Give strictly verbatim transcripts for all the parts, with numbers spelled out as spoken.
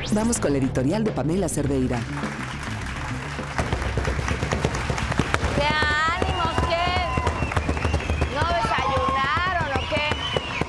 Vamos con la editorial de Pamela Cerdeira. ¡Qué ánimos! ¿Qué? ¿No desayunaron o qué?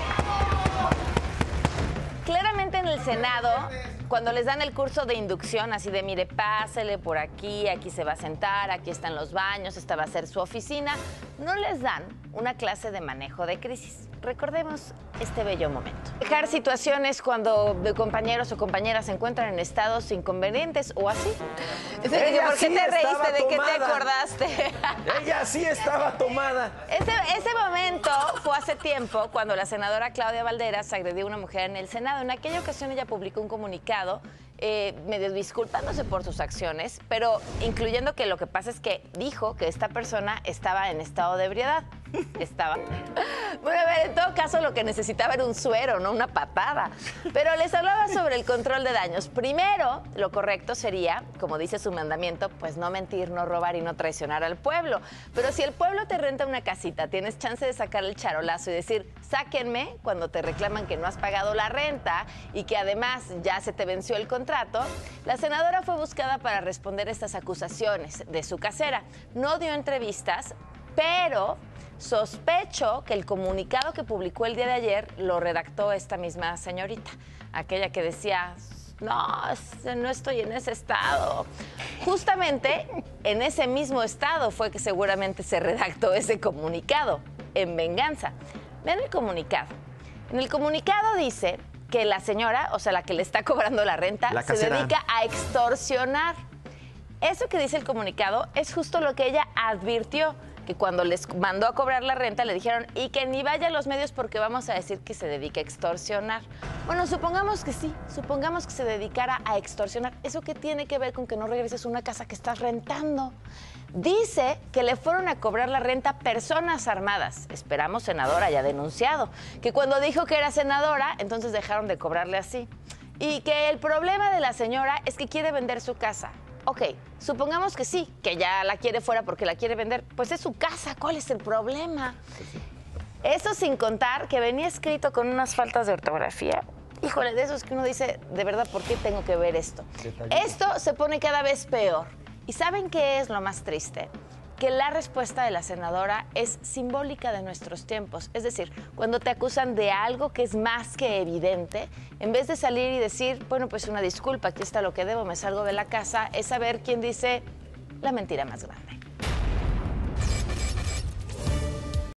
Claramente en el Senado, cuando les dan el curso de inducción, así de, mire, pásele por aquí, aquí se va a sentar, aquí están los baños, esta va a ser su oficina, no les dan una clase de manejo de crisis. Recordemos este bello momento. Dejar situaciones cuando de compañeros o compañeras se encuentran en estados inconvenientes o así. ¿Por qué sí te reíste? estaba ¿De qué te tomada. acordaste? Ella sí estaba tomada. Ese, ese momento fue hace tiempo cuando la senadora Claudia Valderas agredió a una mujer en el Senado. En aquella ocasión ella publicó un comunicado eh, medio disculpándose por sus acciones, pero incluyendo que lo que pasa es que dijo que esta persona estaba en estado de ebriedad. Estaba. Bueno, a ver, en todo caso lo que necesitaba era un suero, no una patada. Pero les hablaba sobre el control de daños. Primero, lo correcto sería, como dice su mandamiento, pues no mentir, no robar y no traicionar al pueblo. Pero si el pueblo te renta una casita, tienes chance de sacar el charolazo y decir, sáquenme cuando te reclaman que no has pagado la renta y que además ya se te venció el contrato. La senadora fue buscada para responder estas acusaciones de su casera. No dio entrevistas, pero sospecho que el comunicado que publicó el día de ayer lo redactó esta misma señorita, aquella que decía, no, no estoy en ese estado. Justamente en ese mismo estado fue que seguramente se redactó ese comunicado, en venganza. Vean el comunicado. En el comunicado dice que la señora, o sea, la que le está cobrando la renta, La se casera. dedica a extorsionar. Eso que dice el comunicado es justo lo que ella advirtió, que cuando les mandó a cobrar la renta le dijeron y que ni vaya a los medios porque vamos a decir que se dedica a extorsionar. Bueno, supongamos que sí, supongamos que se dedicara a extorsionar. ¿Eso qué tiene que ver con que no regreses a una casa que estás rentando? Dice que le fueron a cobrar la renta personas armadas. Esperamos senadora haya denunciado. Que cuando dijo que era senadora, entonces dejaron de cobrarle así. Y que el problema de la señora es que quiere vender su casa. Ok, supongamos que sí, que ya la quiere fuera porque la quiere vender. Pues es su casa, ¿cuál es el problema? Eso sin contar que venía escrito con unas faltas de ortografía. Híjole, de eso es que uno dice, de verdad, ¿por qué tengo que ver esto? Esto se pone cada vez peor. ¿Y saben qué es lo más triste? Que la respuesta de la senadora es simbólica de nuestros tiempos. Es decir, cuando te acusan de algo que es más que evidente, en vez de salir y decir, bueno, pues una disculpa, aquí está lo que debo, me salgo de la casa, es saber quién dice la mentira más grande.